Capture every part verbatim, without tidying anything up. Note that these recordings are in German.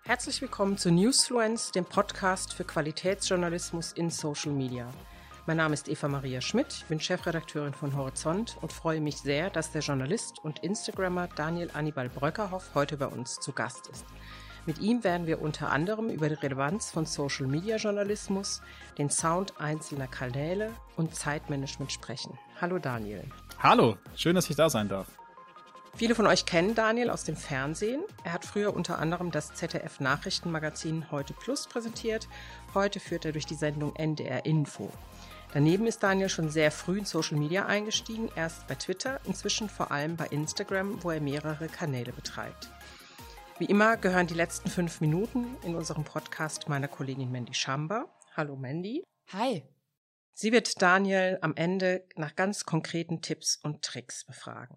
Herzlich willkommen zu Newsfluence, dem Podcast für Qualitätsjournalismus in Social Media. Mein Name ist Eva Maria Schmidt, ich bin Chefredakteurin von Horizont und freue mich sehr, dass der Journalist und Instagrammer Daniel Annibal Bröckerhoff heute bei uns zu Gast ist. Mit ihm werden wir unter anderem über die Relevanz von Social-Media-Journalismus, den Sound einzelner Kanäle und Zeitmanagement sprechen. Hallo Daniel. Hallo, schön, dass ich da sein darf. Viele von euch kennen Daniel aus dem Fernsehen. Er hat früher unter anderem das Z D F-Nachrichtenmagazin Heute Plus präsentiert. Heute führt er durch die Sendung N D R Info. Daneben ist Daniel schon sehr früh in Social Media eingestiegen, erst bei Twitter, inzwischen vor allem bei Instagram, wo er mehrere Kanäle betreibt. Wie immer gehören die letzten fünf Minuten in unserem Podcast meiner Kollegin Mandy Schamba. Hallo Mandy. Hi. Sie wird Daniel am Ende nach ganz konkreten Tipps und Tricks befragen.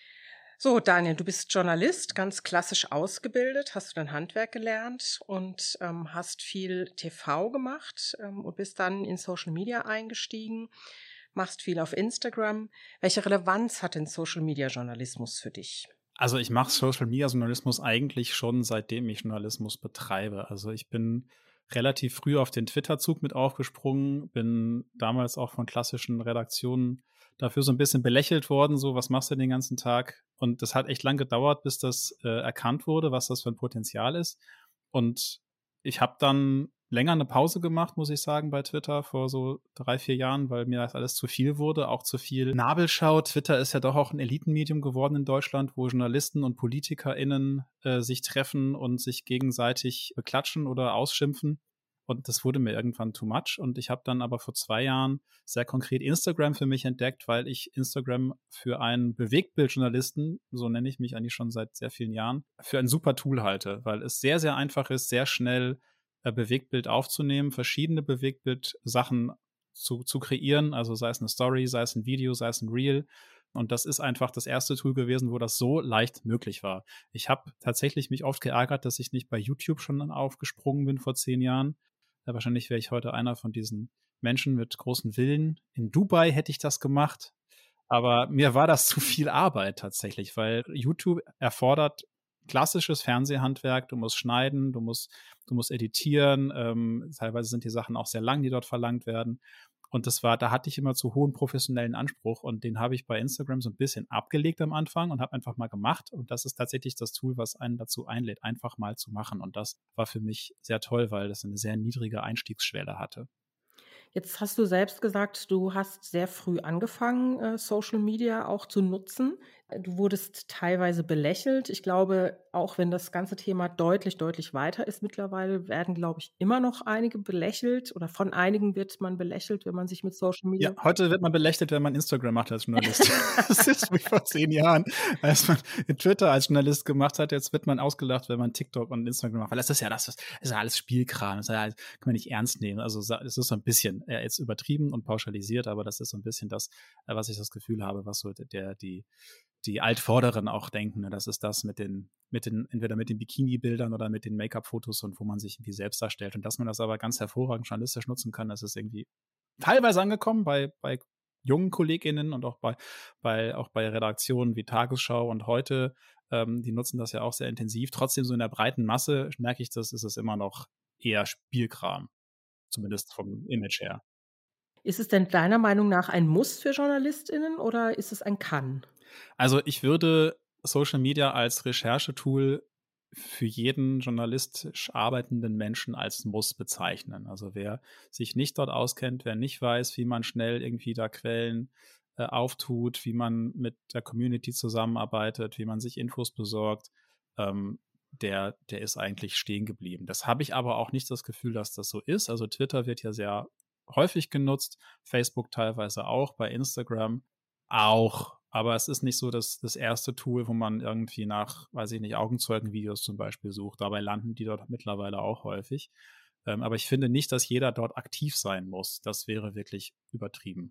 So, Daniel, du bist Journalist, ganz klassisch ausgebildet, hast du dein Handwerk gelernt und ähm, hast viel T V gemacht ähm, und bist dann in Social Media eingestiegen, machst viel auf Instagram. Welche Relevanz hat denn Social Media Journalismus für dich? Also ich mache Social Media Journalismus eigentlich schon, seitdem ich Journalismus betreibe. Also ich bin relativ früh auf den Twitter-Zug mit aufgesprungen, bin damals auch von klassischen Redaktionen dafür so ein bisschen belächelt worden, so, was machst du den ganzen Tag? Und das hat echt lang gedauert, bis das äh, erkannt wurde, was das für ein Potenzial ist. Und ich habe dann länger eine Pause gemacht, muss ich sagen, bei Twitter vor so drei, vier Jahren, weil mir das alles zu viel wurde, auch zu viel Nabelschau. Twitter ist ja doch auch ein Elitenmedium geworden in Deutschland, wo Journalisten und PolitikerInnen äh, sich treffen und sich gegenseitig beklatschen oder ausschimpfen. Und das wurde mir irgendwann too much. Und ich habe dann aber vor zwei Jahren sehr konkret Instagram für mich entdeckt, weil ich Instagram für einen Bewegtbildjournalisten, so nenne ich mich eigentlich schon seit sehr vielen Jahren, für ein super Tool halte, weil es sehr, sehr einfach ist, sehr schnell äh, Bewegtbild aufzunehmen, verschiedene Bewegtbild-Sachen zu, zu kreieren, also sei es eine Story, sei es ein Video, sei es ein Reel. Und das ist einfach das erste Tool gewesen, wo das so leicht möglich war. Ich habe tatsächlich mich oft geärgert, dass ich nicht bei YouTube schon aufgesprungen bin vor zehn Jahren. Ja, wahrscheinlich wäre ich heute einer von diesen Menschen mit großen Villen. In Dubai hätte ich das gemacht. Aber mir war das zu viel Arbeit tatsächlich, weil YouTube erfordert klassisches Fernsehhandwerk. Du musst schneiden, du musst, du musst editieren. Ähm, teilweise sind die Sachen auch sehr lang, die dort verlangt werden. Und das war, da hatte ich immer zu hohen professionellen Anspruch und den habe ich bei Instagram so ein bisschen abgelegt am Anfang und habe einfach mal gemacht. Und das ist tatsächlich das Tool, was einen dazu einlädt, einfach mal zu machen. Und das war für mich sehr toll, weil das eine sehr niedrige Einstiegsschwelle hatte. Jetzt hast du selbst gesagt, du hast sehr früh angefangen, äh, Social Media auch zu nutzen. Du wurdest teilweise belächelt. Ich glaube, auch wenn das ganze Thema deutlich, deutlich weiter ist mittlerweile, werden, glaube ich, immer noch einige belächelt oder von einigen wird man belächelt, wenn man sich mit Social Media... Ja, heute wird man belächelt, wenn man Instagram macht als Journalist. Das ist wie vor zehn Jahren, als man Twitter als Journalist gemacht hat. Jetzt wird man ausgelacht, wenn man TikTok und Instagram macht. Weil das ist ja das, das ist ja alles Spielkram. Das ist ja, kann man nicht ernst nehmen. Also es ist so ein bisschen äh, jetzt übertrieben und pauschalisiert, aber das ist so ein bisschen das, äh, was ich das Gefühl habe, was so der die die Altvorderen auch denken. Ne? Das ist das mit den, mit den, entweder mit den Bikini-Bildern oder mit den Make-up-Fotos und wo man sich irgendwie selbst darstellt. Und dass man das aber ganz hervorragend journalistisch nutzen kann, das ist irgendwie teilweise angekommen bei, bei jungen KollegInnen und auch bei, bei, auch bei Redaktionen wie Tagesschau und Heute. Ähm, die nutzen das ja auch sehr intensiv. Trotzdem so in der breiten Masse merke ich, das ist es immer noch eher Spielkram. Zumindest vom Image her. Ist es denn deiner Meinung nach ein Muss für JournalistInnen oder ist es ein Kann? Also ich würde Social Media als Recherchetool für jeden journalistisch arbeitenden Menschen als Muss bezeichnen. Also wer sich nicht dort auskennt, wer nicht weiß, wie man schnell irgendwie da Quellen äh, auftut, wie man mit der Community zusammenarbeitet, wie man sich Infos besorgt, ähm, der, der ist eigentlich stehen geblieben. Das habe ich aber auch nicht das Gefühl, dass das so ist. Also Twitter wird ja sehr häufig genutzt, Facebook teilweise auch, bei Instagram auch. Aber es ist nicht so das, das erste Tool, wo man irgendwie nach, weiß ich nicht, Augenzeugenvideos zum Beispiel sucht. Dabei landen die dort mittlerweile auch häufig. Ähm, aber ich finde nicht, dass jeder dort aktiv sein muss. Das wäre wirklich übertrieben.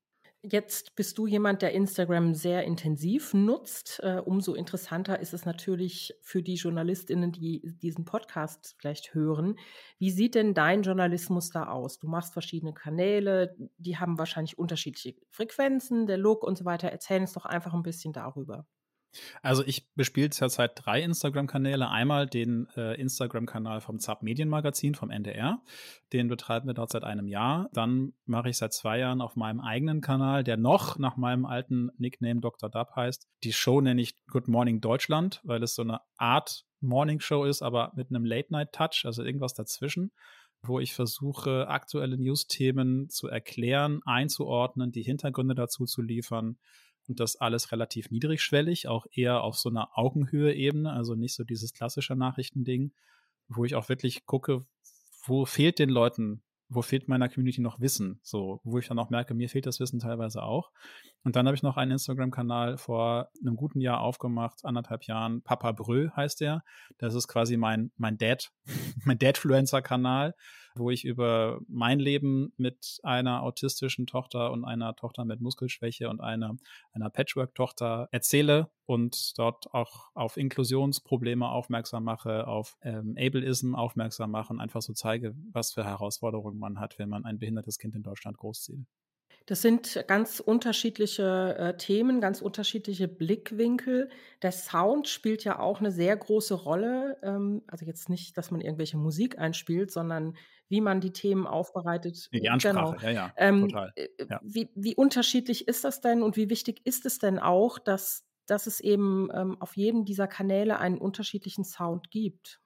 Jetzt bist du jemand, der Instagram sehr intensiv nutzt. Äh, umso interessanter ist es natürlich für die JournalistInnen, die diesen Podcast vielleicht hören. Wie sieht denn dein Journalismus da aus? Du machst verschiedene Kanäle, die haben wahrscheinlich unterschiedliche Frequenzen, der Look und so weiter. Erzähl uns doch einfach ein bisschen darüber. Also ich bespiele zurzeit drei Instagram-Kanäle. Einmal den äh, Instagram-Kanal vom ZAP Medienmagazin vom N D R. Den betreiben wir dort seit einem Jahr. Dann mache ich seit zwei Jahren auf meinem eigenen Kanal, der noch nach meinem alten Nickname Doktor Dab heißt. Die Show nenne ich Good Morning Deutschland, weil es so eine Art Morning-Show ist, aber mit einem Late-Night-Touch, also irgendwas dazwischen, wo ich versuche, aktuelle News-Themen zu erklären, einzuordnen, die Hintergründe dazu zu liefern. Und das alles relativ niedrigschwellig, auch eher auf so einer Augenhöhe-Ebene, also nicht so dieses klassische Nachrichtending, wo ich auch wirklich gucke, wo fehlt den Leuten, wo fehlt meiner Community noch Wissen, so, wo ich dann auch merke, mir fehlt das Wissen teilweise auch. Und dann habe ich noch einen Instagram-Kanal vor einem guten Jahr aufgemacht, anderthalb Jahren, Papa Brö heißt der. Das ist quasi mein, mein Dad, mein Dadfluencer-Kanal, wo ich über mein Leben mit einer autistischen Tochter und einer Tochter mit Muskelschwäche und einer, einer Patchwork-Tochter erzähle und dort auch auf Inklusionsprobleme aufmerksam mache, auf ähm, Ableism aufmerksam mache und einfach so zeige, was für Herausforderungen man hat, wenn man ein behindertes Kind in Deutschland großzieht. Das sind ganz unterschiedliche äh, Themen, ganz unterschiedliche Blickwinkel. Der Sound spielt ja auch eine sehr große Rolle. Ähm, also jetzt nicht, dass man irgendwelche Musik einspielt, sondern wie man die Themen aufbereitet. Die Genau. Ansprache, ja, ja, Ähm, total. äh, Ja. wie, wie unterschiedlich ist das denn und wie wichtig ist es denn auch, dass, dass es eben ähm, auf jedem dieser Kanäle einen unterschiedlichen Sound gibt?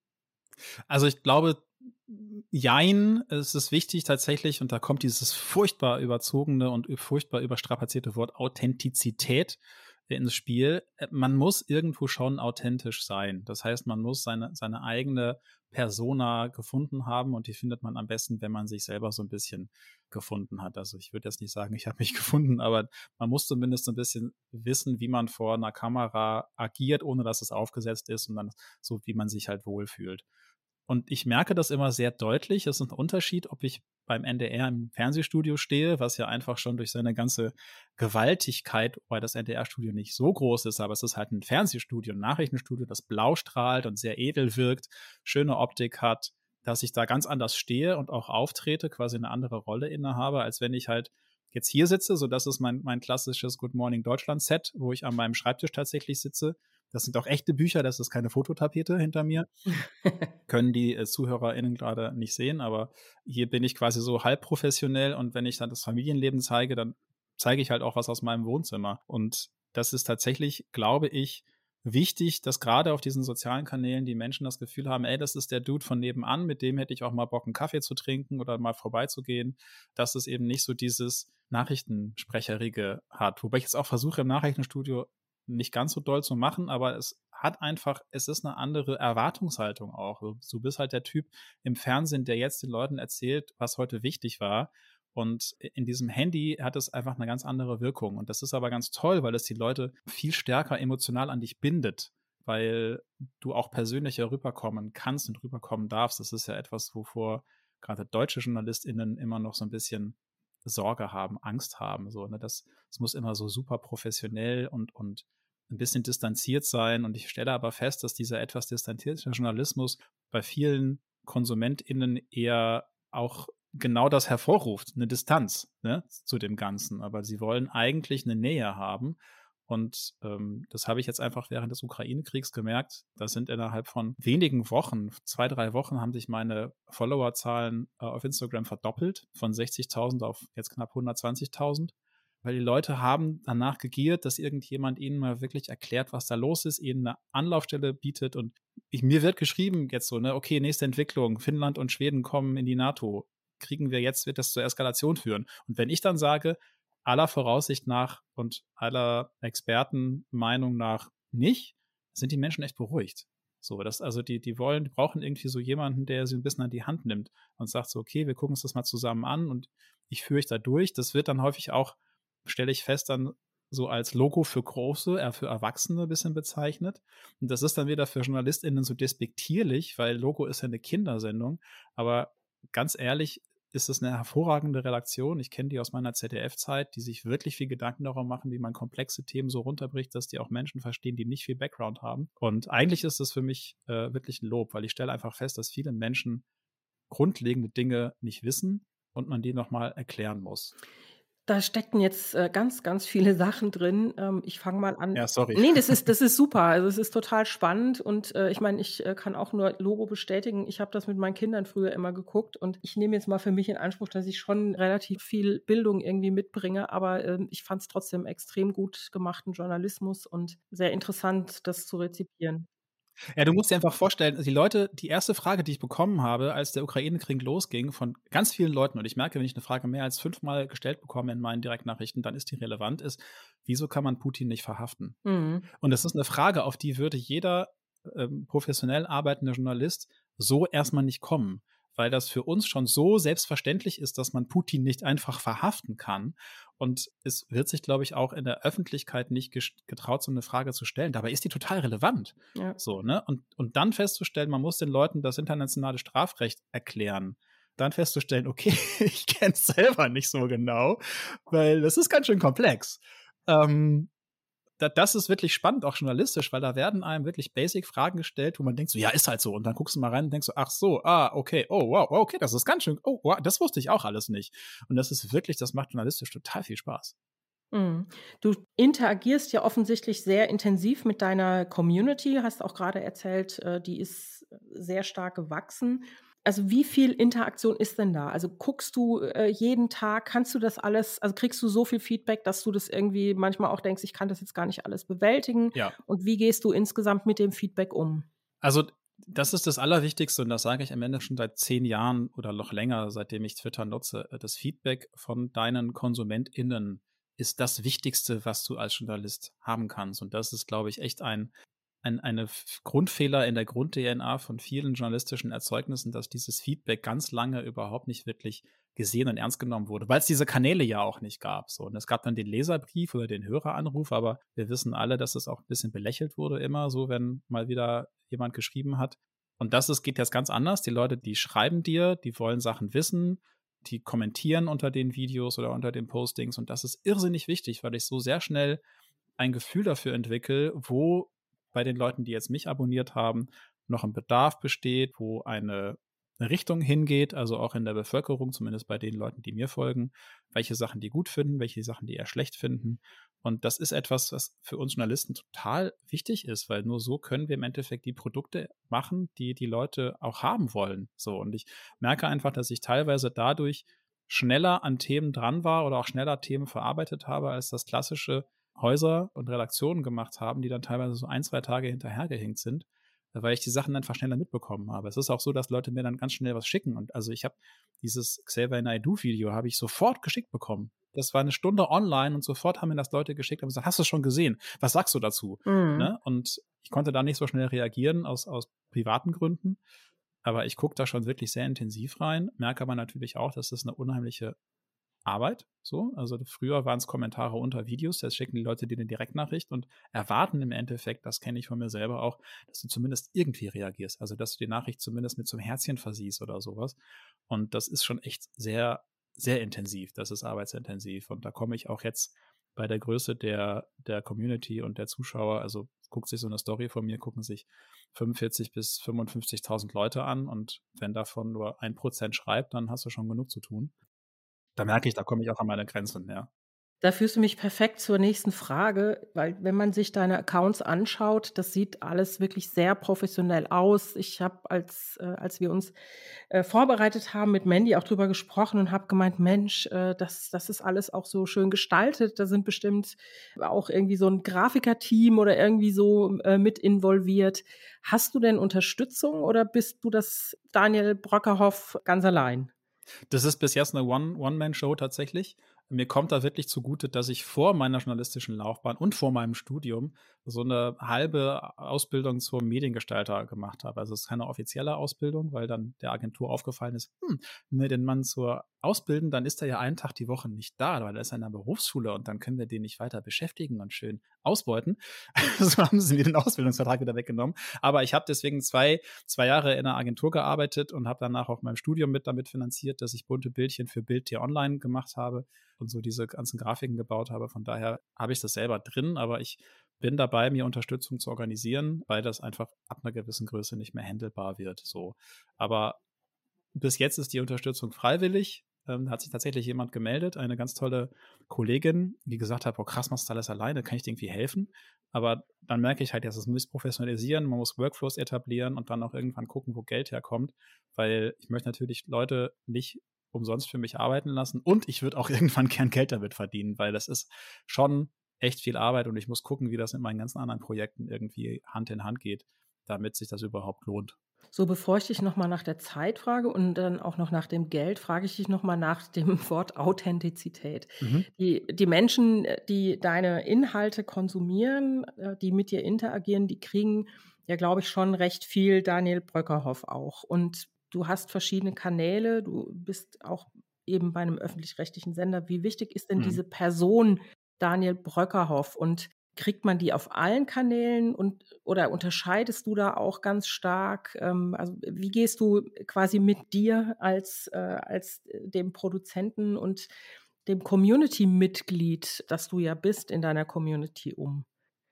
Also ich glaube, jein, es ist wichtig tatsächlich, und da kommt dieses furchtbar überzogene und furchtbar überstrapazierte Wort Authentizität ins Spiel. Man muss irgendwo schon authentisch sein. Das heißt, man muss seine, seine eigene Persona gefunden haben und die findet man am besten, wenn man sich selber so ein bisschen gefunden hat. Also ich würde jetzt nicht sagen, ich habe mich gefunden, aber man muss zumindest so ein bisschen wissen, wie man vor einer Kamera agiert, ohne dass es aufgesetzt ist und dann so, wie man sich halt wohlfühlt. Und ich merke das immer sehr deutlich. Es ist ein Unterschied, ob ich beim N D R im Fernsehstudio stehe, was ja einfach schon durch seine ganze Gewaltigkeit, weil das N D R-Studio nicht so groß ist, aber es ist halt ein Fernsehstudio, ein Nachrichtenstudio, das blau strahlt und sehr edel wirkt, schöne Optik hat, dass ich da ganz anders stehe und auch auftrete, quasi eine andere Rolle innehabe, als wenn ich halt jetzt hier sitze. So, das ist mein, mein klassisches Good Morning Deutschland-Set, wo ich an meinem Schreibtisch tatsächlich sitze. Das sind auch echte Bücher, das ist keine Fototapete hinter mir. Können die äh, ZuhörerInnen gerade nicht sehen, aber hier bin ich quasi so halb professionell und wenn ich dann das Familienleben zeige, dann zeige ich halt auch was aus meinem Wohnzimmer. Und das ist tatsächlich, glaube ich, wichtig, dass gerade auf diesen sozialen Kanälen die Menschen das Gefühl haben, ey, das ist der Dude von nebenan, mit dem hätte ich auch mal Bock, einen Kaffee zu trinken oder mal vorbeizugehen, dass es eben nicht so dieses Nachrichtensprecherige hat. Wobei ich jetzt auch versuche, im Nachrichtenstudio nicht ganz so doll zu machen, aber es hat einfach, es ist eine andere Erwartungshaltung auch. Du bist halt der Typ im Fernsehen, der jetzt den Leuten erzählt, was heute wichtig war. Und in diesem Handy hat es einfach eine ganz andere Wirkung. Und das ist aber ganz toll, weil es die Leute viel stärker emotional an dich bindet, weil du auch persönlicher rüberkommen kannst und rüberkommen darfst. Das ist ja etwas, wovor gerade deutsche JournalistInnen immer noch so ein bisschen Sorge haben, Angst haben. So, ne? Das, das muss immer so super professionell und, und ein bisschen distanziert sein. Und ich stelle aber fest, dass dieser etwas distanzierte Journalismus bei vielen KonsumentInnen eher auch genau das hervorruft, eine Distanz, ne, zu dem Ganzen. Aber sie wollen eigentlich eine Nähe haben. Und ähm, das habe ich jetzt einfach während des Ukraine-Kriegs gemerkt. Da sind innerhalb von wenigen Wochen, zwei, drei Wochen, haben sich meine Followerzahlen äh, auf Instagram verdoppelt, von sechzigtausend auf jetzt knapp hundertzwanzigtausend. Weil die Leute haben danach gegiert, dass irgendjemand ihnen mal wirklich erklärt, was da los ist, ihnen eine Anlaufstelle bietet. Und ich, mir wird geschrieben jetzt so, ne, okay, nächste Entwicklung, Finnland und Schweden kommen in die NATO. Kriegen wir jetzt, wird das zur Eskalation führen. Und wenn ich dann sage, aller Voraussicht nach und aller Expertenmeinung nach nicht, sind die Menschen echt beruhigt. So, das, also die, die wollen, die brauchen irgendwie so jemanden, der sie ein bisschen an die Hand nimmt und sagt so, okay, wir gucken uns das mal zusammen an und ich führe euch da durch. Das wird dann häufig auch, stelle ich fest, dann so als Logo für Große, eher für Erwachsene ein bisschen bezeichnet. Und das ist dann wieder für JournalistInnen so despektierlich, weil Logo ist ja eine Kindersendung. Aber ganz ehrlich, ist es eine hervorragende Redaktion. Ich kenne die aus meiner Z D F-Zeit, die sich wirklich viel Gedanken darum machen, wie man komplexe Themen so runterbricht, dass die auch Menschen verstehen, die nicht viel Background haben. Und eigentlich ist es für mich äh, wirklich ein Lob, weil ich stelle einfach fest, dass viele Menschen grundlegende Dinge nicht wissen und man die nochmal erklären muss. Da stecken jetzt, äh, ganz, ganz viele Sachen drin. Ähm, ich fange mal an. Ja, sorry. Ne, das ist das ist super. Also, es ist total spannend und, äh, ich meine, ich, äh, kann auch nur Logo bestätigen. Ich habe das mit meinen Kindern früher immer geguckt und ich nehme jetzt mal für mich in Anspruch, dass ich schon relativ viel Bildung irgendwie mitbringe, aber, ähm, ich fand es trotzdem extrem gut gemachten Journalismus und sehr interessant, das zu rezipieren. Ja, du musst dir einfach vorstellen, die Leute die erste Frage, die ich bekommen habe, als der Ukraine-Krieg losging, von ganz vielen Leuten, und ich merke, wenn ich eine Frage mehr als fünfmal gestellt bekomme in meinen Direktnachrichten, dann ist die relevant, ist: „Wieso kann man Putin nicht verhaften?“ Mhm. Und das ist eine Frage, auf die würde jeder, ähm, professionell arbeitende Journalist so erstmal nicht kommen, weil das für uns schon so selbstverständlich ist, dass man Putin nicht einfach verhaften kann. Und es wird sich, glaube ich, auch in der Öffentlichkeit nicht ges getraut, so eine Frage zu stellen. Dabei ist die total relevant. Ja. So, ne? Und und dann festzustellen, man muss den Leuten das internationale Strafrecht erklären. Dann festzustellen, okay, ich kenne es selber nicht so genau, weil das ist ganz schön komplex. Ähm, da, das ist wirklich spannend, auch journalistisch, weil da werden einem wirklich Basic-Fragen gestellt, wo man denkt so, ja, ist halt so. Und dann guckst du mal rein und denkst so, ach so, ah, okay, oh, wow, okay, das ist ganz schön, oh, wow, das wusste ich auch alles nicht. Und das ist wirklich, das macht journalistisch total viel Spaß. Mhm. Du interagierst ja offensichtlich sehr intensiv mit deiner Community, hast auch gerade erzählt, äh, die ist sehr stark gewachsen. Also, wie viel Interaktion ist denn da? Also, guckst du, äh, jeden Tag, kannst du das alles, also, kriegst du so viel Feedback, dass du das irgendwie manchmal auch denkst: „Ich kann das jetzt gar nicht alles bewältigen?“ Ja. Und wie gehst du insgesamt mit dem Feedback um? Also, das ist das Allerwichtigste und das sage ich am Ende schon seit zehn Jahren oder noch länger, seitdem ich Twitter nutze. Das Feedback von deinen KonsumentInnen ist das Wichtigste, was du als Journalist haben kannst. Und das ist, glaube ich, echt ein ein eine F Grundfehler in der Grund-D N A von vielen journalistischen Erzeugnissen, dass dieses Feedback ganz lange überhaupt nicht wirklich gesehen und ernst genommen wurde, weil es diese Kanäle ja auch nicht gab. So, und es gab dann den Leserbrief oder den Höreranruf, aber wir wissen alle, dass es auch ein bisschen belächelt wurde immer so, wenn mal wieder jemand geschrieben hat. Und das ist geht jetzt ganz anders. Die Leute, die schreiben dir, die wollen Sachen wissen, die kommentieren unter den Videos oder unter den Postings und das ist irrsinnig wichtig, weil ich so sehr schnell ein Gefühl dafür entwickle, wo bei den Leuten, die jetzt mich abonniert haben, noch ein Bedarf besteht, wo eine Richtung hingeht, also auch in der Bevölkerung, zumindest bei den Leuten, die mir folgen, welche Sachen die gut finden, welche Sachen die eher schlecht finden. Und das ist etwas, was für uns Journalisten total wichtig ist, weil nur so können wir im Endeffekt die Produkte machen, die die Leute auch haben wollen. So, und ich merke einfach, dass ich teilweise dadurch schneller an Themen dran war oder auch schneller Themen verarbeitet habe, als das klassische Häuser und Redaktionen gemacht haben, die dann teilweise so ein, zwei Tage hinterhergehinkt sind, weil ich die Sachen einfach schneller mitbekommen habe. Es ist auch so, dass Leute mir dann ganz schnell was schicken. Und also ich habe dieses Xavier Naidoo-Video habe ich sofort geschickt bekommen. Das war eine Stunde online und sofort haben mir das Leute geschickt und gesagt, hast du es schon gesehen? Was sagst du dazu? Mhm. Ne? Und ich konnte da nicht so schnell reagieren aus, aus privaten Gründen. Aber ich gucke da schon wirklich sehr intensiv rein, merke aber natürlich auch, dass das eine unheimliche Arbeit, so. Also früher waren es Kommentare unter Videos, jetzt schicken die Leute dir eine Direktnachricht und erwarten im Endeffekt, das kenne ich von mir selber auch, dass du zumindest irgendwie reagierst. Also dass du die Nachricht zumindest mit so einem Herzchen versiehst oder sowas. Und das ist schon echt sehr, sehr intensiv. Das ist arbeitsintensiv. Und da komme ich auch jetzt bei der Größe der, der Community und der Zuschauer, also guckt sich so eine Story von mir, gucken sich fünfundvierzig bis fünfundfünfzigtausend Leute an und wenn davon nur ein Prozent schreibt, dann hast du schon genug zu tun. Da merke ich, da komme ich auch an meine Grenzen, ja. Da führst du mich perfekt zur nächsten Frage, weil wenn man sich deine Accounts anschaut, das sieht alles wirklich sehr professionell aus. Ich habe, als äh, als wir uns, äh, vorbereitet haben, mit Mandy auch drüber gesprochen und habe gemeint: „Mensch, äh, das das ist alles auch so schön gestaltet. Da sind bestimmt auch irgendwie so ein Grafikerteam oder irgendwie so, äh, mit involviert.“ Hast du denn Unterstützung oder bist du das Daniel Brockerhoff ganz allein? Das ist bis jetzt eine One One-Man-Show tatsächlich. Mir kommt da wirklich zugute, dass ich vor meiner journalistischen Laufbahn und vor meinem Studium so eine halbe Ausbildung zum Mediengestalter gemacht habe. Also, es ist keine offizielle Ausbildung, weil dann der Agentur aufgefallen ist: „Hm, wenn wir den Mann zur ausbilden, dann ist er ja einen Tag die Woche nicht da, weil er ist ja in der Berufsschule und dann können wir den nicht weiter beschäftigen und schön ausbeuten.“ So haben sie mir den Ausbildungsvertrag wieder weggenommen. Aber ich habe deswegen zwei zwei Jahre in einer Agentur gearbeitet und habe danach auch mein Studium mit damit finanziert, dass ich bunte Bildchen für Bild T Online gemacht habe und so diese ganzen Grafiken gebaut habe. Von daher habe ich das selber drin, aber ich bin dabei, mir Unterstützung zu organisieren, weil das einfach ab einer gewissen Größe nicht mehr handelbar wird. So. Aber bis jetzt ist die Unterstützung freiwillig. Ähm, da hat sich tatsächlich jemand gemeldet, eine ganz tolle Kollegin, die gesagt hat, boah krass, machst du alles alleine, kann ich dir irgendwie helfen? Aber dann merke ich halt, dass es muss professionalisieren, man muss Workflows etablieren und dann auch irgendwann gucken, wo Geld herkommt, weil ich möchte natürlich Leute nicht umsonst für mich arbeiten lassen und ich würde auch irgendwann gern Geld damit verdienen, weil das ist schon echt viel Arbeit und ich muss gucken, wie das mit meinen ganzen anderen Projekten irgendwie Hand in Hand geht, damit sich das überhaupt lohnt. So, bevor ich dich nochmal nach der Zeit frage und dann auch noch nach dem Geld, frage ich dich nochmal nach dem Wort Authentizität. Mhm. Die, die Menschen, äh, die deine Inhalte konsumieren, äh, die mit dir interagieren, die kriegen ja, glaube ich, schon recht viel Daniel Bröckerhoff auch. Und du hast verschiedene Kanäle, du bist auch eben bei einem öffentlich-rechtlichen Sender. Wie wichtig ist denn Mhm. diese Person Daniel Bröckerhoff und kriegt man die auf allen Kanälen und oder unterscheidest du da auch ganz stark? Ähm, also wie gehst du quasi mit dir als, äh, als dem Produzenten und dem Community-Mitglied, das du ja bist in deiner Community um?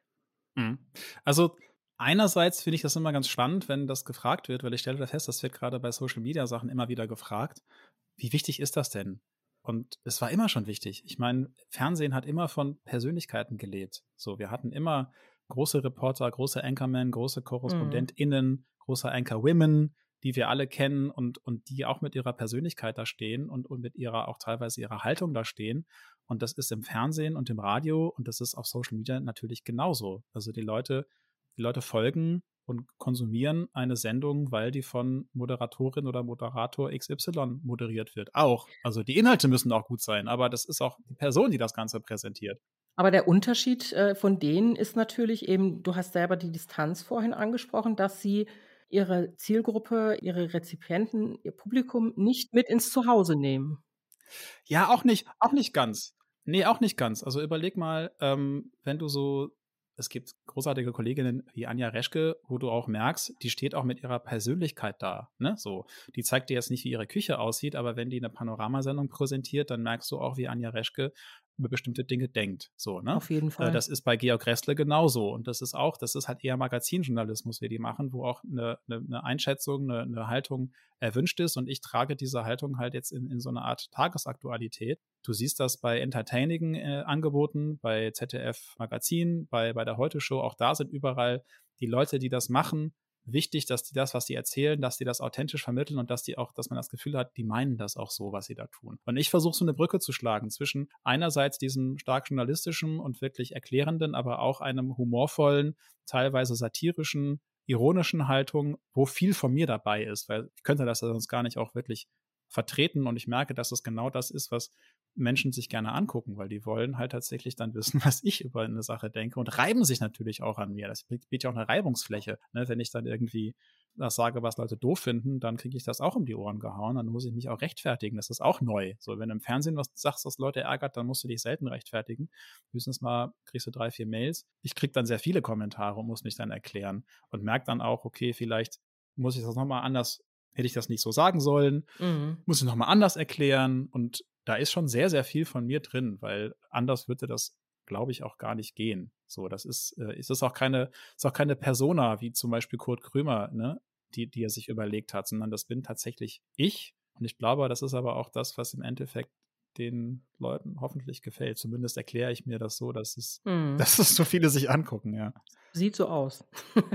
Mhm. Also einerseits finde ich das immer ganz spannend, wenn das gefragt wird, weil ich stelle da fest, das wird gerade bei Social-Media-Sachen immer wieder gefragt. Wie wichtig ist das denn? Und es war immer schon wichtig. Ich meine, Fernsehen hat immer von Persönlichkeiten gelebt. So, wir hatten immer große Reporter, große Anchormen, große Mhm. KorrespondentInnen, große Anchor-Women, die wir alle kennen und, und die auch mit ihrer Persönlichkeit da stehen und, und mit ihrer, auch teilweise ihrer Haltung da stehen. Und das ist im Fernsehen und im Radio und das ist auf Social Media natürlich genauso. Also die Leute, die Leute folgen und konsumieren eine Sendung, weil die von Moderatorin oder Moderator X Y moderiert wird. Auch. Also die Inhalte müssen auch gut sein, aber das ist auch die Person, die das Ganze präsentiert. Aber der Unterschied, äh, von denen ist natürlich eben, du hast selber die Distanz vorhin angesprochen, dass sie ihre Zielgruppe, ihre Rezipienten, ihr Publikum nicht mit ins Zuhause nehmen. Ja, auch nicht, auch nicht ganz. Nee, auch nicht ganz. Also überleg mal, ähm, wenn du so, es gibt großartige Kolleginnen wie Anja Reschke, wo du auch merkst, die steht auch mit ihrer Persönlichkeit da. Ne? So, die zeigt dir jetzt nicht, wie ihre Küche aussieht, aber wenn die eine Panoramasendung präsentiert, dann merkst du auch, wie Anja Reschke über bestimmte Dinge denkt. So, ne? Auf jeden Äh, Fall. das ist bei Georg Ressle genauso. Und das ist auch, das ist halt eher Magazinjournalismus, wie die machen, wo auch eine, eine, eine Einschätzung, eine, eine Haltung erwünscht ist. Und ich trage diese Haltung halt jetzt in, in so eine Art Tagesaktualität. Du siehst das bei entertainigen äh, Angeboten, bei Z D F Magazin, bei, bei der Heute-Show. Auch da sind überall die Leute, die das machen, wichtig, dass die das, was die erzählen, dass die das authentisch vermitteln und dass die auch, dass man das Gefühl hat, die meinen das auch so, was sie da tun. Und ich versuche so eine Brücke zu schlagen zwischen einerseits diesem stark journalistischen und wirklich erklärenden, aber auch einem humorvollen, teilweise satirischen, ironischen Haltung, wo viel von mir dabei ist, weil ich könnte das ja sonst gar nicht auch wirklich vertreten und ich merke, dass es genau das ist, was Menschen sich gerne angucken, weil die wollen halt tatsächlich dann wissen, was ich über eine Sache denke und reiben sich natürlich auch an mir. Das bietet ja auch eine Reibungsfläche. Ne? Wenn ich dann irgendwie das sage, was Leute doof finden, dann kriege ich das auch um die Ohren gehauen. Dann muss ich mich auch rechtfertigen. Das ist auch neu. So, wenn du im Fernsehen was sagst, was Leute ärgert, dann musst du dich selten rechtfertigen. Höchstens mal kriegst du drei, vier Mails. Ich kriege dann sehr viele Kommentare und muss mich dann erklären und merke dann auch, okay, vielleicht muss ich das nochmal anders, hätte ich das nicht so sagen sollen, Mhm. muss ich nochmal anders erklären und da ist schon sehr, sehr viel von mir drin, weil anders würde das, glaube ich, auch gar nicht gehen. So, das ist, äh, ist das auch keine, ist auch keine Persona, wie zum Beispiel Kurt Krömer, ne, die, die er sich überlegt hat, sondern das bin tatsächlich ich. Und ich glaube, das ist aber auch das, was im Endeffekt den Leuten hoffentlich gefällt. Zumindest erkläre ich mir das so, dass es, Mhm. dass es so viele sich angucken, ja. Sieht so aus.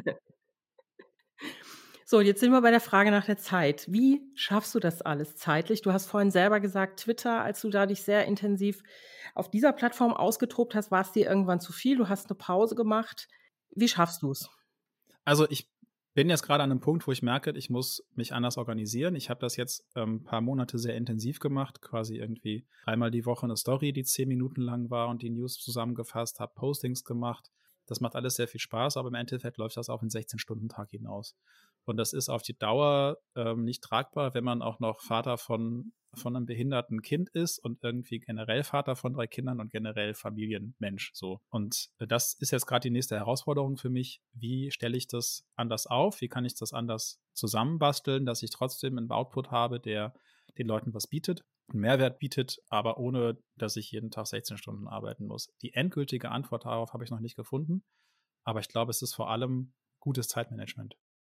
So, jetzt sind wir bei der Frage nach der Zeit. Wie schaffst du das alles zeitlich? Du hast vorhin selber gesagt, Twitter, als du da dich sehr intensiv auf dieser Plattform ausgetobt hast, war es dir irgendwann zu viel. Du hast eine Pause gemacht. Wie schaffst du es? Also ich bin jetzt gerade an einem Punkt, wo ich merke, ich muss mich anders organisieren. Ich habe das jetzt ein ähm, paar Monate sehr intensiv gemacht, quasi irgendwie einmal die Woche eine Story, die zehn Minuten lang war und die News zusammengefasst, habe Postings gemacht. Das macht alles sehr viel Spaß, aber im Endeffekt läuft das auf einen sechzehn-Stunden-Tag hinaus. Und das ist auf die Dauer ähm, nicht tragbar, wenn man auch noch Vater von, von einem behinderten Kind ist und irgendwie generell Vater von drei Kindern und generell Familienmensch. So. Und äh, das ist jetzt gerade die nächste Herausforderung für mich. Wie stelle ich das anders auf? Wie kann ich das anders zusammenbasteln, dass ich trotzdem einen Output habe, der den Leuten was bietet, einen Mehrwert bietet, aber ohne, dass ich jeden Tag sechzehn Stunden arbeiten muss. Die endgültige Antwort darauf habe ich noch nicht gefunden, aber ich glaube, es ist vor allem gutes Zeitmanagement.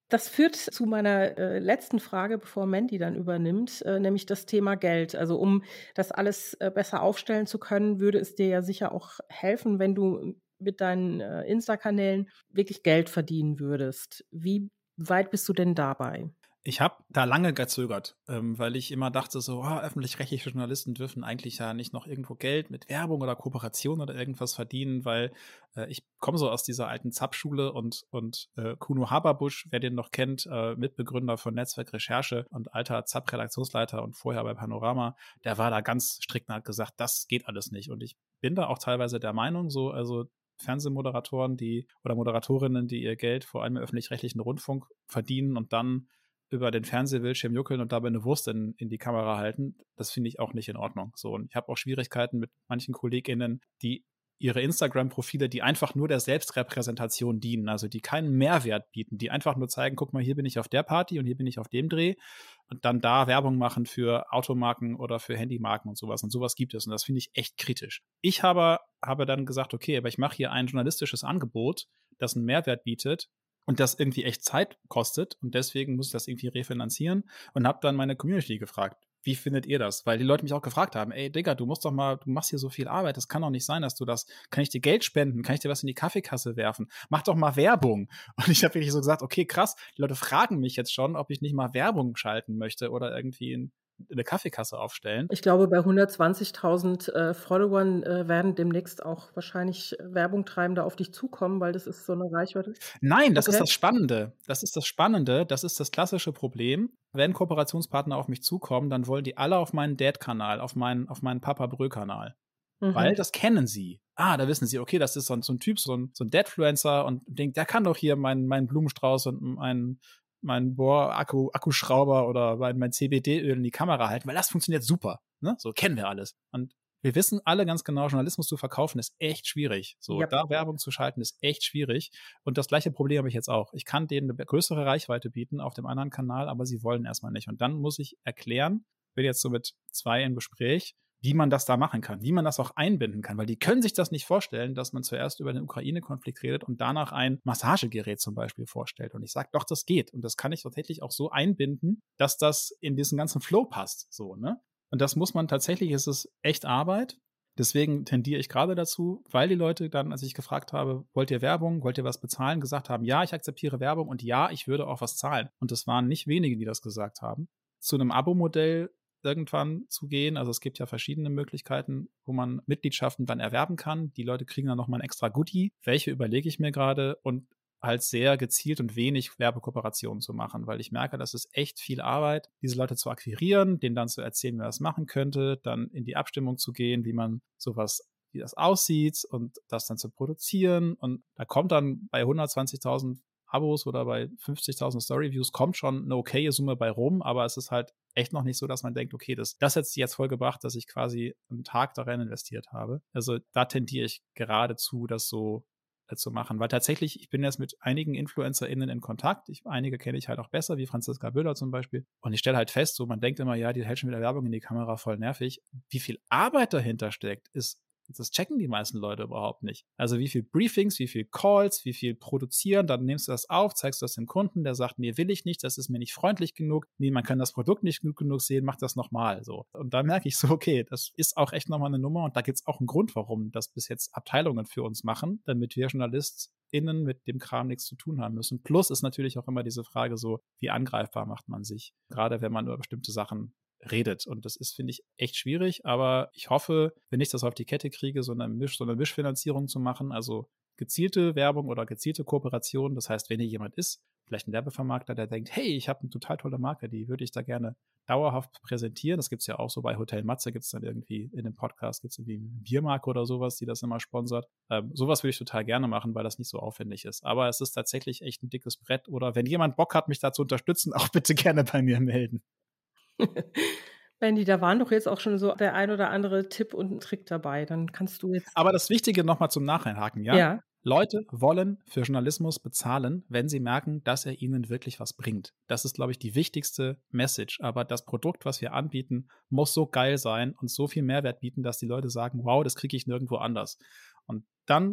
Das führt zu meiner äh, letzten Frage, bevor Mandy dann übernimmt, äh, nämlich das Thema Geld. Also um das alles äh, besser aufstellen zu können, würde es dir ja sicher auch helfen, wenn du mit deinen äh, Insta-Kanälen wirklich Geld verdienen würdest. Wie weit bist du denn dabei? Ich habe da lange gezögert, ähm, weil ich immer dachte so, ah, öffentlich-rechtliche Journalisten dürfen eigentlich ja nicht noch irgendwo Geld mit Werbung oder Kooperation oder irgendwas verdienen, weil äh, ich komme so aus dieser alten Zapp-Schule und, und äh, Kuno Haberbusch, wer den noch kennt, äh, Mitbegründer von Netzwerk Recherche und alter Zapp-Redaktionsleiter und vorher bei Panorama, der war da ganz strikt und hat gesagt, das geht alles nicht. Und ich bin da auch teilweise der Meinung, so, also Fernsehmoderatoren, die oder Moderatorinnen, die ihr Geld vor allem im öffentlich-rechtlichen Rundfunk verdienen und dann über den Fernsehbildschirm juckeln und dabei eine Wurst in, in die Kamera halten, das finde ich auch nicht in Ordnung. So, und ich habe auch Schwierigkeiten mit manchen KollegInnen, die ihre Instagram-Profile, die einfach nur der Selbstrepräsentation dienen, also die keinen Mehrwert bieten, die einfach nur zeigen, guck mal, hier bin ich auf der Party und hier bin ich auf dem Dreh und dann da Werbung machen für Automarken oder für Handymarken und sowas. Und sowas gibt es und das finde ich echt kritisch. Ich habe, habe dann gesagt, okay, aber ich mache hier ein journalistisches Angebot, das einen Mehrwert bietet, und das irgendwie echt Zeit kostet und deswegen muss ich das irgendwie refinanzieren und habe dann meine Community gefragt, wie findet ihr das? Weil die Leute mich auch gefragt haben, ey Digga, du musst doch mal, du machst hier so viel Arbeit, das kann doch nicht sein, dass du das, kann ich dir Geld spenden, kann ich dir was in die Kaffeekasse werfen, mach doch mal Werbung. Und ich habe wirklich so gesagt, okay, krass, die Leute fragen mich jetzt schon, ob ich nicht mal Werbung schalten möchte oder irgendwie in eine Kaffeekasse aufstellen. Ich glaube, bei hundertzwanzigtausend äh, Followern äh, werden demnächst auch wahrscheinlich Werbungtreibende auf dich zukommen, weil das ist so eine Reichweite. Nein, das Okay. ist das Spannende. Das ist das Spannende. Das ist das klassische Problem. Wenn Kooperationspartner auf mich zukommen, dann wollen die alle auf meinen Dad-Kanal, auf meinen, auf meinen Papa-Brö-Kanal. Mhm. Weil das kennen sie. Ah, da wissen sie, okay, das ist so ein, so ein Typ, so ein, so ein Dadfluencer und denkt, der kann doch hier meinen, meinen Blumenstrauß und meinen mein Bohr-Akku, Akkuschrauber oder mein, mein C B D-Öl in die Kamera halten, weil das funktioniert super. Ne? So kennen wir alles. Und wir wissen alle ganz genau, Journalismus zu verkaufen ist echt schwierig. So, yep. Da Werbung zu schalten ist echt schwierig. Und das gleiche Problem habe ich jetzt auch. Ich kann denen eine größere Reichweite bieten auf dem anderen Kanal, aber sie wollen erstmal nicht. Und dann muss ich erklären, bin jetzt so mit zwei im Gespräch, wie man das da machen kann, wie man das auch einbinden kann, weil die können sich das nicht vorstellen, dass man zuerst über den Ukraine-Konflikt redet und danach ein Massagegerät zum Beispiel vorstellt. Und ich sage, doch, das geht. Und das kann ich tatsächlich auch so einbinden, dass das in diesen ganzen Flow passt. So, ne? Und das muss man tatsächlich, ist es echt Arbeit. Deswegen tendiere ich gerade dazu, weil die Leute dann, als ich gefragt habe, wollt ihr Werbung, wollt ihr was bezahlen, gesagt haben, ja, ich akzeptiere Werbung und ja, ich würde auch was zahlen. Und es waren nicht wenige, die das gesagt haben. Zu einem Abo-Modell irgendwann zu gehen. Also es gibt ja verschiedene Möglichkeiten, wo man Mitgliedschaften dann erwerben kann. Die Leute kriegen dann nochmal ein extra Goodie. Welche überlege ich mir gerade und halt sehr gezielt und wenig Werbekooperationen zu machen, weil ich merke, das ist echt viel Arbeit, diese Leute zu akquirieren, denen dann zu erzählen, wer das machen könnte, dann in die Abstimmung zu gehen, wie man sowas, wie das aussieht und das dann zu produzieren. Und da kommt dann bei hundertzwanzigtausend Abos oder bei fünfzigtausend Storyviews kommt schon eine okaye Summe bei rum, aber es ist halt echt noch nicht so, dass man denkt, okay, das, das hat jetzt voll gebracht, dass ich quasi einen Tag darin investiert habe. Also da tendiere ich geradezu, das so äh, zu machen, weil tatsächlich, ich bin jetzt mit einigen InfluencerInnen in Kontakt, ich, einige kenne ich halt auch besser, wie Franziska Böhler zum Beispiel, und ich stelle halt fest, so man denkt immer, ja, die hält schon wieder Werbung in die Kamera, voll nervig. Wie viel Arbeit dahinter steckt, ist das checken die meisten Leute überhaupt nicht. Also wie viel Briefings, wie viel Calls, wie viel produzieren, dann nimmst du das auf, zeigst du das dem Kunden, der sagt, nee, will ich nicht, das ist mir nicht freundlich genug, nee, man kann das Produkt nicht gut genug sehen, mach das nochmal, so. Und da merke ich so, okay, das ist auch echt nochmal eine Nummer und da gibt es auch einen Grund, warum das bis jetzt Abteilungen für uns machen, damit wir JournalistInnen mit dem Kram nichts zu tun haben müssen. Plus ist natürlich auch immer diese Frage so, wie angreifbar macht man sich, gerade wenn man über bestimmte Sachen redet. Und das ist, finde ich, echt schwierig, aber ich hoffe, wenn ich das auf die Kette kriege, so eine, Misch, so eine Mischfinanzierung zu machen, also gezielte Werbung oder gezielte Kooperation. Das heißt, wenn hier jemand ist, vielleicht ein Werbevermarkter, der denkt, hey, ich habe eine total tolle Marke, die würde ich da gerne dauerhaft präsentieren. Das gibt es ja auch so bei Hotel Matze, gibt es dann irgendwie in dem Podcast, gibt es irgendwie eine Biermarke oder sowas, die das immer sponsert. Ähm, sowas würde ich total gerne machen, weil das nicht so aufwendig ist. Aber es ist tatsächlich echt ein dickes Brett. Oder wenn jemand Bock hat, mich da zu unterstützen, auch bitte gerne bei mir melden. Mandy, da waren doch jetzt auch schon so der ein oder andere Tipp und Trick dabei. Dann kannst du jetzt. Aber das Wichtige nochmal zum Nacheinhaken, ja? Ja. Leute wollen für Journalismus bezahlen, wenn sie merken, dass er ihnen wirklich was bringt. Das ist, glaube ich, die wichtigste Message. Aber das Produkt, was wir anbieten, muss so geil sein und so viel Mehrwert bieten, dass die Leute sagen, wow, das kriege ich nirgendwo anders. Und dann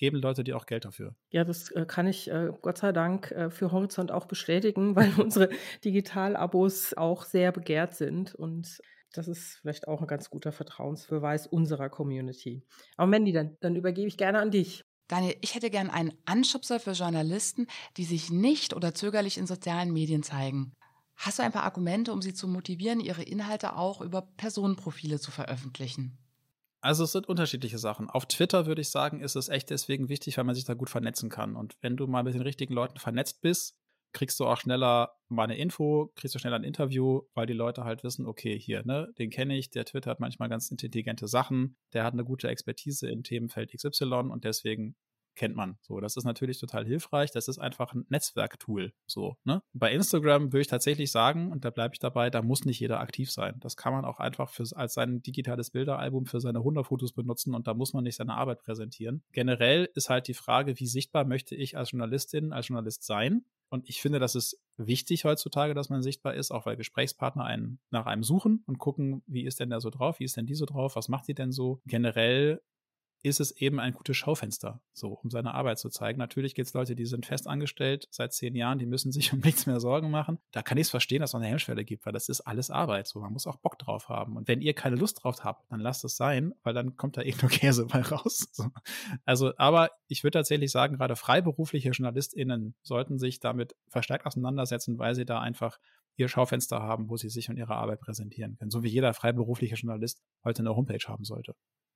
geben Leute dir auch Geld dafür. Ja, das äh, kann ich äh, Gott sei Dank äh, für Horizont auch bestätigen, weil unsere Digital-Abos auch sehr begehrt sind und das ist vielleicht auch ein ganz guter Vertrauensbeweis unserer Community. Aber Mandy, dann dann übergebe ich gerne an dich. Daniel, ich hätte gern einen Anschubser für Journalisten, die sich nicht oder zögerlich in sozialen Medien zeigen. Hast du ein paar Argumente, um sie zu motivieren, ihre Inhalte auch über Personenprofile zu veröffentlichen? Also es sind unterschiedliche Sachen. Auf Twitter würde ich sagen, ist es echt deswegen wichtig, weil man sich da gut vernetzen kann. Und wenn du mal mit den richtigen Leuten vernetzt bist, kriegst du auch schneller mal eine Info, kriegst du schneller ein Interview, weil die Leute halt wissen, okay, hier, ne, den kenne ich, der twittert manchmal ganz intelligente Sachen, der hat eine gute Expertise im Themenfeld X Y und deswegen kennt man. So, das ist natürlich total hilfreich. Das ist einfach ein Netzwerktool. So, ne? Bei Instagram würde ich tatsächlich sagen, und da bleibe ich dabei, da muss nicht jeder aktiv sein. Das kann man auch einfach für, als sein digitales Bilderalbum für seine Hundertfotos benutzen und da muss man nicht seine Arbeit präsentieren. Generell ist halt die Frage, wie sichtbar möchte ich als Journalistin, als Journalist sein? Und ich finde, das ist wichtig heutzutage, dass man sichtbar ist, auch weil Gesprächspartner einen nach einem suchen und gucken, wie ist denn der so drauf, wie ist denn die so drauf, was macht die denn so? Generell ist es eben ein gutes Schaufenster, so, um seine Arbeit zu zeigen. Natürlich gibt es Leute, die sind fest angestellt seit zehn Jahren, die müssen sich um nichts mehr Sorgen machen. Da kann ich es verstehen, dass es eine Hemmschwelle gibt, weil das ist alles Arbeit. So, man muss auch Bock drauf haben. Und wenn ihr keine Lust drauf habt, dann lasst es sein, weil dann kommt da eh nur Käse bei raus. So. Also, aber ich würde tatsächlich sagen, gerade freiberufliche JournalistInnen sollten sich damit verstärkt auseinandersetzen, weil sie da einfach ihr Schaufenster haben, wo sie sich und ihre Arbeit präsentieren können. So wie jeder freiberufliche Journalist heute eine Homepage haben sollte.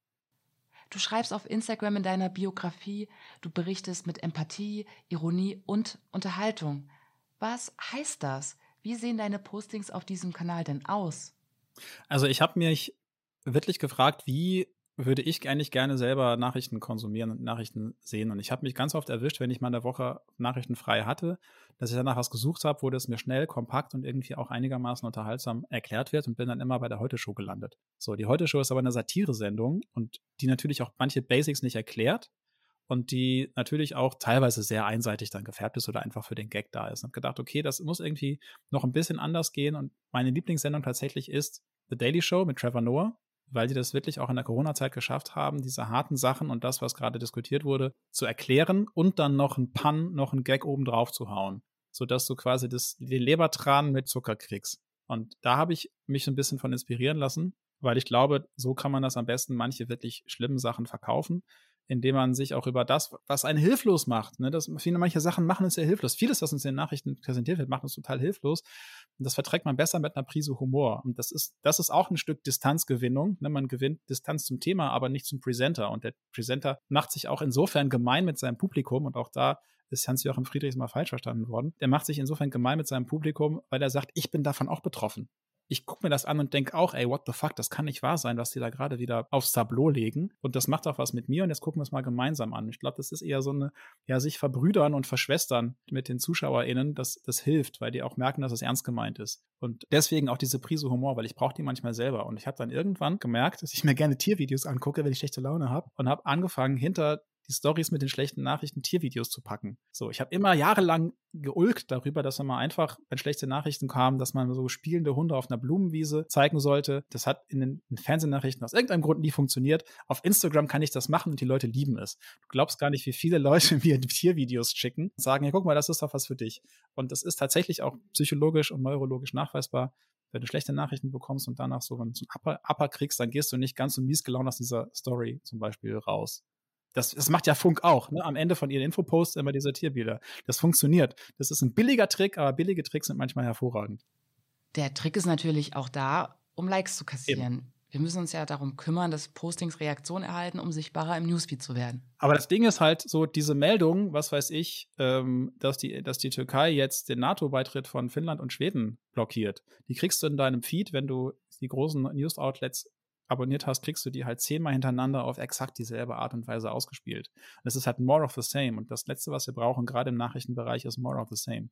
Du schreibst auf Instagram in deiner Biografie, du berichtest mit Empathie, Ironie und Unterhaltung. Was heißt das? Wie sehen deine Postings auf diesem Kanal denn aus? Also ich habe mich wirklich gefragt, wie würde ich eigentlich gerne selber Nachrichten konsumieren und Nachrichten sehen. Und ich habe mich ganz oft erwischt, wenn ich mal in der Woche Nachrichten frei hatte, dass ich danach was gesucht habe, wo das mir schnell, kompakt und irgendwie auch einigermaßen unterhaltsam erklärt wird und bin dann immer bei der Heute-Show gelandet. So, die Heute-Show ist aber eine Satire-Sendung und die natürlich auch manche Basics nicht erklärt und die natürlich auch teilweise sehr einseitig dann gefärbt ist oder einfach für den Gag da ist. Und habe gedacht, okay, das muss irgendwie noch ein bisschen anders gehen und meine Lieblingssendung tatsächlich ist The Daily Show mit Trevor Noah, weil die das wirklich auch in der Corona-Zeit geschafft haben, diese harten Sachen und das, was gerade diskutiert wurde, zu erklären und dann noch einen Pun, noch einen Gag oben drauf zu hauen, sodass du quasi das, den Lebertran mit Zucker kriegst. Und da habe ich mich so ein bisschen von inspirieren lassen, weil ich glaube, so kann man das am besten manche wirklich schlimmen Sachen verkaufen, indem man sich auch über das, was einen hilflos macht, ne, das, viele manche Sachen machen uns ja hilflos. Vieles, was uns in den Nachrichten präsentiert wird, macht uns total hilflos. Und das verträgt man besser mit einer Prise Humor. Und das ist, das ist auch ein Stück Distanzgewinnung. Ne? Man gewinnt Distanz zum Thema, aber nicht zum Presenter. Und der Presenter macht sich auch insofern gemein mit seinem Publikum. Und auch da ist Hans-Joachim Friedrichs mal falsch verstanden worden. Der macht sich insofern gemein mit seinem Publikum, weil er sagt, ich bin davon auch betroffen. Ich gucke mir das an und denke auch, ey, what the fuck, das kann nicht wahr sein, was die da gerade wieder aufs Tableau legen. Und das macht auch was mit mir und jetzt gucken wir es mal gemeinsam an. Ich glaube, das ist eher so eine, ja, sich verbrüdern und verschwestern mit den ZuschauerInnen, das, das hilft, weil die auch merken, dass es ernst gemeint ist. Und deswegen auch diese Prise Humor, weil ich brauche die manchmal selber. Und ich habe dann irgendwann gemerkt, dass ich mir gerne Tiervideos angucke, wenn ich schlechte Laune habe und habe angefangen, hinter die Storys mit den schlechten Nachrichten Tiervideos zu packen. So, ich habe immer jahrelang geulkt darüber, dass man mal einfach, wenn schlechte Nachrichten kamen, dass man so spielende Hunde auf einer Blumenwiese zeigen sollte. Das hat in den in Fernsehnachrichten aus irgendeinem Grund nie funktioniert. Auf Instagram kann ich das machen und die Leute lieben es. Du glaubst gar nicht, wie viele Leute mir Tiervideos schicken und sagen, ja, guck mal, das ist doch was für dich. Und das ist tatsächlich auch psychologisch und neurologisch nachweisbar. Wenn du schlechte Nachrichten bekommst und danach so einen Upper, Upper kriegst, dann gehst du nicht ganz so mies gelaunt aus dieser Story zum Beispiel raus. Das, das macht ja Funk auch, ne? Am Ende von ihren Infoposts immer diese Tierbilder. Das funktioniert. Das ist ein billiger Trick, aber billige Tricks sind manchmal hervorragend. Der Trick ist natürlich auch da, um Likes zu kassieren. Eben. Wir müssen uns ja darum kümmern, dass Postings Reaktion erhalten, um sichtbarer im Newsfeed zu werden. Aber das Ding ist halt so, diese Meldung, was weiß ich, ähm, dass, die, dass die Türkei jetzt den NATO-Beitritt von Finnland und Schweden blockiert. Die kriegst du in deinem Feed, wenn du die großen News-Outlets abonniert hast, kriegst du die halt zehnmal hintereinander auf exakt dieselbe Art und Weise ausgespielt. Das ist halt more of the same. Und das Letzte, was wir brauchen, gerade im Nachrichtenbereich, ist more of the same.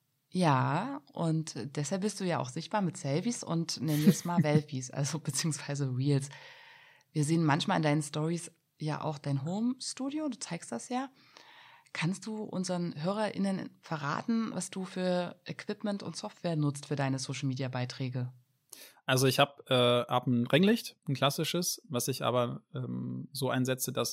Ja, und deshalb bist du ja auch sichtbar mit Selfies und nennen wir es mal Welfies, also beziehungsweise Reels. Wir sehen manchmal in deinen Stories ja auch dein Home-Studio, du zeigst das ja. Kannst du unseren HörerInnen verraten, was du für Equipment und Software nutzt für deine Social-Media-Beiträge? Also ich habe äh, hab ein Ringlicht, ein klassisches, was ich aber ähm, so einsetze, dass es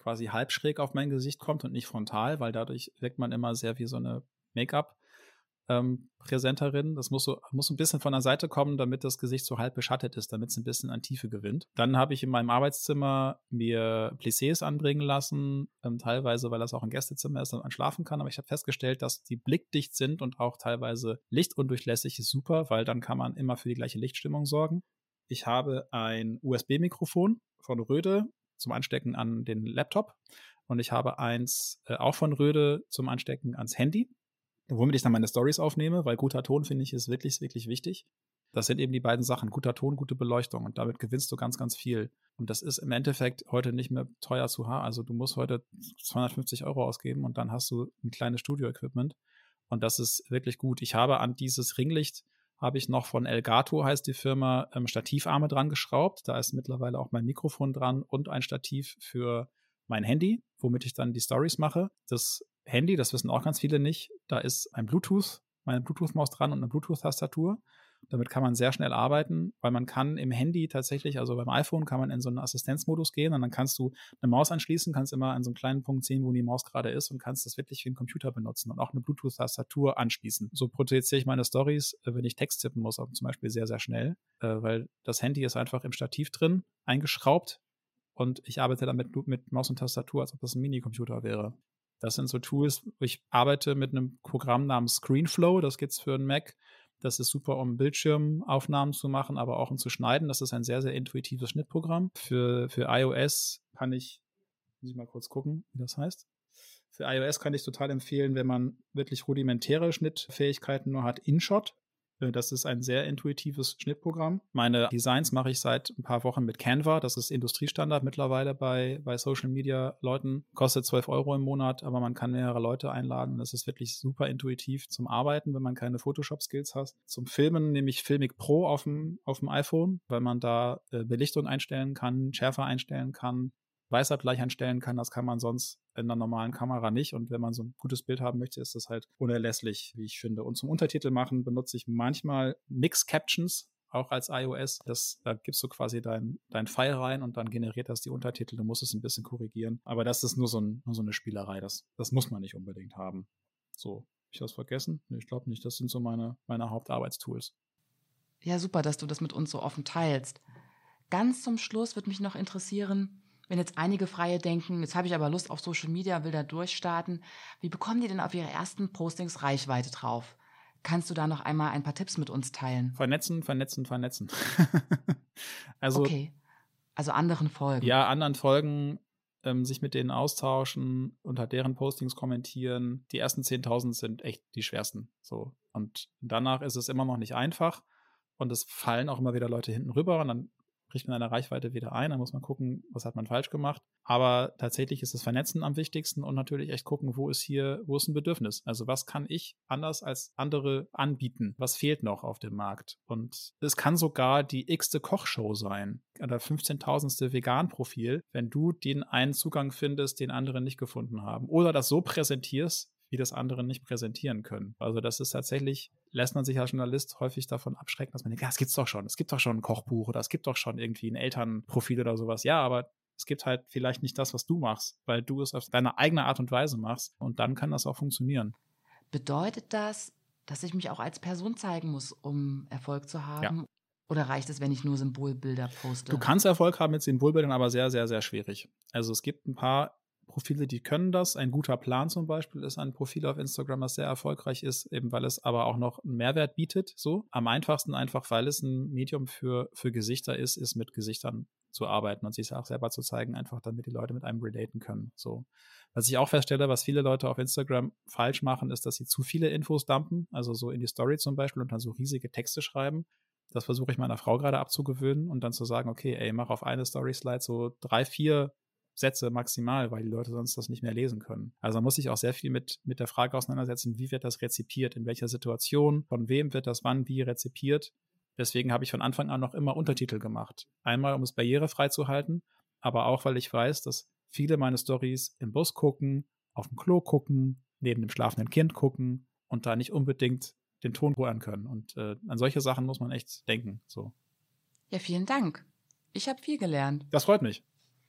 quasi halb schräg auf mein Gesicht kommt und nicht frontal, weil dadurch wirkt man immer sehr wie so eine Make-up Ähm, Präsenterin. Das muss so, muss ein bisschen von der Seite kommen, damit das Gesicht so halb beschattet ist, damit es ein bisschen an Tiefe gewinnt. Dann habe ich in meinem Arbeitszimmer mir Plissés anbringen lassen, ähm, teilweise, weil das auch ein Gästezimmer ist, damit man schlafen kann. Aber ich habe festgestellt, dass die blickdicht sind und auch teilweise lichtundurchlässig ist super, weil dann kann man immer für die gleiche Lichtstimmung sorgen. Ich habe ein U S B-Mikrofon von Röde zum Anstecken an den Laptop und ich habe eins äh, auch von Röde zum Anstecken ans Handy, womit ich dann meine Stories aufnehme, weil guter Ton, finde ich, ist wirklich, wirklich wichtig. Das sind eben die beiden Sachen, guter Ton, gute Beleuchtung und damit gewinnst du ganz, ganz viel. Und das ist im Endeffekt heute nicht mehr teuer zu haben. Also du musst heute zweihundertfünfzig Euro ausgeben und dann hast du ein kleines Studio-Equipment und das ist wirklich gut. Ich habe an dieses Ringlicht, habe ich noch von Elgato, heißt die Firma, ähm, Stativarme dran geschraubt. Da ist mittlerweile auch mein Mikrofon dran und ein Stativ für mein Handy, womit ich dann die Stories mache. Das Handy, das wissen auch ganz viele nicht, da ist ein Bluetooth, meine Bluetooth-Maus dran und eine Bluetooth-Tastatur. Damit kann man sehr schnell arbeiten, weil man kann im Handy tatsächlich, also beim iPhone kann man in so einen Assistenzmodus gehen und dann kannst du eine Maus anschließen, kannst immer an so einen kleinen Punkt sehen, wo die Maus gerade ist und kannst das wirklich wie ein Computer benutzen und auch eine Bluetooth-Tastatur anschließen. So produziere ich meine Stories, wenn ich Text tippen muss, auch zum Beispiel sehr, sehr schnell, weil das Handy ist einfach im Stativ drin, eingeschraubt und ich arbeite dann mit, mit Maus und Tastatur, als ob das ein Minicomputer wäre. Das sind so Tools, ich arbeite mit einem Programm namens ScreenFlow, das gibt's für einen Mac. Das ist super, um Bildschirmaufnahmen zu machen, aber auch um zu schneiden. Das ist ein sehr, sehr intuitives Schnittprogramm. Für, für iOS kann ich, muss ich mal kurz gucken, wie das heißt. Für iOS kann ich total empfehlen, wenn man wirklich rudimentäre Schnittfähigkeiten nur hat, InShot. Das ist ein sehr intuitives Schnittprogramm. Meine Designs mache ich seit ein paar Wochen mit Canva. Das ist Industriestandard mittlerweile bei, bei Social-Media-Leuten. Kostet zwölf Euro im Monat, aber man kann mehrere Leute einladen. Das ist wirklich super intuitiv zum Arbeiten, wenn man keine Photoshop-Skills hat. Zum Filmen nehme ich Filmic Pro auf dem, auf dem iPhone, weil man da äh, Belichtung einstellen kann, Schärfe einstellen kann, Weißabgleich einstellen kann, das kann man sonst in einer normalen Kamera nicht. Und wenn man so ein gutes Bild haben möchte, ist das halt unerlässlich, wie ich finde. Und zum Untertitel machen benutze ich manchmal Mix-Captions, auch als iOS. Das, da gibst du quasi dein, dein File rein und dann generiert das die Untertitel. Du musst es ein bisschen korrigieren. Aber das ist nur so, ein, nur so eine Spielerei. Das, das muss man nicht unbedingt haben. So, habe ich was vergessen? Nee, ich glaube nicht. Das sind so meine, meine Hauptarbeitstools. Ja, super, dass du das mit uns so offen teilst. Ganz zum Schluss würde mich noch interessieren, wenn jetzt einige Freie denken, jetzt habe ich aber Lust auf Social Media, will da durchstarten. Wie bekommen die denn auf ihre ersten Postings Reichweite drauf? Kannst du da noch einmal ein paar Tipps mit uns teilen? Vernetzen, vernetzen, vernetzen. also, okay, also anderen folgen. Ja, anderen folgen, ähm, sich mit denen austauschen, unter deren Postings kommentieren. Die ersten zehntausend sind echt die schwersten. So. Und danach ist es immer noch nicht einfach. Und es fallen auch immer wieder Leute hinten rüber und dann bricht man eine Reichweite wieder ein, dann muss man gucken, was hat man falsch gemacht. Aber tatsächlich ist das Vernetzen am wichtigsten und natürlich echt gucken, wo ist hier, wo ist ein Bedürfnis? Also was kann ich anders als andere anbieten? Was fehlt noch auf dem Markt? Und es kann sogar die x-te Kochshow sein oder fünfzehntausendste Vegan-Profil, wenn du den einen Zugang findest, den andere nicht gefunden haben. Oder das so präsentierst, wie das andere nicht präsentieren können. Also das ist tatsächlich, lässt man sich als Journalist häufig davon abschrecken, dass man denkt, ja, es gibt's doch schon, es gibt doch schon ein Kochbuch oder es gibt doch schon irgendwie ein Elternprofil oder sowas. Ja, aber es gibt halt vielleicht nicht das, was du machst, weil du es auf deine eigene Art und Weise machst und dann kann das auch funktionieren. Bedeutet das, dass ich mich auch als Person zeigen muss, um Erfolg zu haben? Ja. Oder reicht es, wenn ich nur Symbolbilder poste? Du kannst Erfolg haben mit Symbolbildern, aber sehr, sehr, sehr schwierig. Also es gibt ein paar Profile, die können das. Ein guter Plan zum Beispiel ist ein Profil auf Instagram, das sehr erfolgreich ist, eben weil es aber auch noch einen Mehrwert bietet. So am einfachsten einfach, weil es ein Medium für, für Gesichter ist, ist mit Gesichtern zu arbeiten und sich auch selber zu zeigen, einfach damit die Leute mit einem relaten können. So. Was ich auch feststelle, was viele Leute auf Instagram falsch machen, ist, dass sie zu viele Infos dumpen, also so in die Story zum Beispiel und dann so riesige Texte schreiben. Das versuche ich meiner Frau gerade abzugewöhnen und dann zu sagen, okay, ey, mach auf eine Story-Slide so drei, vier Sätze maximal, weil die Leute sonst das nicht mehr lesen können. Also man muss sich auch sehr viel mit, mit der Frage auseinandersetzen, wie wird das rezipiert, in welcher Situation, von wem wird das wann, wie rezipiert. Deswegen habe ich von Anfang an noch immer Untertitel gemacht. Einmal, um es barrierefrei zu halten, aber auch, weil ich weiß, dass viele meine Storys im Bus gucken, auf dem Klo gucken, neben dem schlafenden Kind gucken und da nicht unbedingt den Ton hören können. Und äh, an solche Sachen muss man echt denken. So. Ja, vielen Dank. Ich habe viel gelernt. Das freut mich.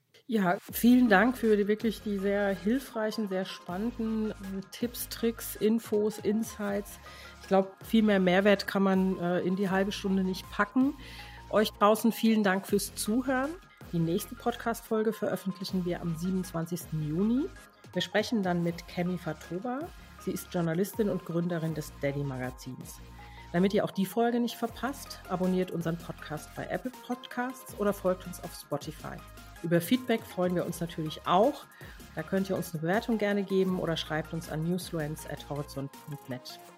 Ja, vielen Dank für die, wirklich die sehr hilfreichen, sehr spannenden äh, Tipps, Tricks, Infos, Insights. Ich glaube, viel mehr Mehrwert kann man äh, in die halbe Stunde nicht packen. Euch draußen vielen Dank fürs Zuhören. Die nächste Podcast-Folge veröffentlichen wir am siebenundzwanzigsten Juni. Wir sprechen dann mit Kemi Fatoba. Sie ist Journalistin und Gründerin des Daddy-Magazins. Damit ihr auch die Folge nicht verpasst, abonniert unseren Podcast bei Apple Podcasts oder folgt uns auf Spotify. Über Feedback freuen wir uns natürlich auch. Da könnt ihr uns eine Bewertung gerne geben oder schreibt uns an newsfluence at horizont punkt net.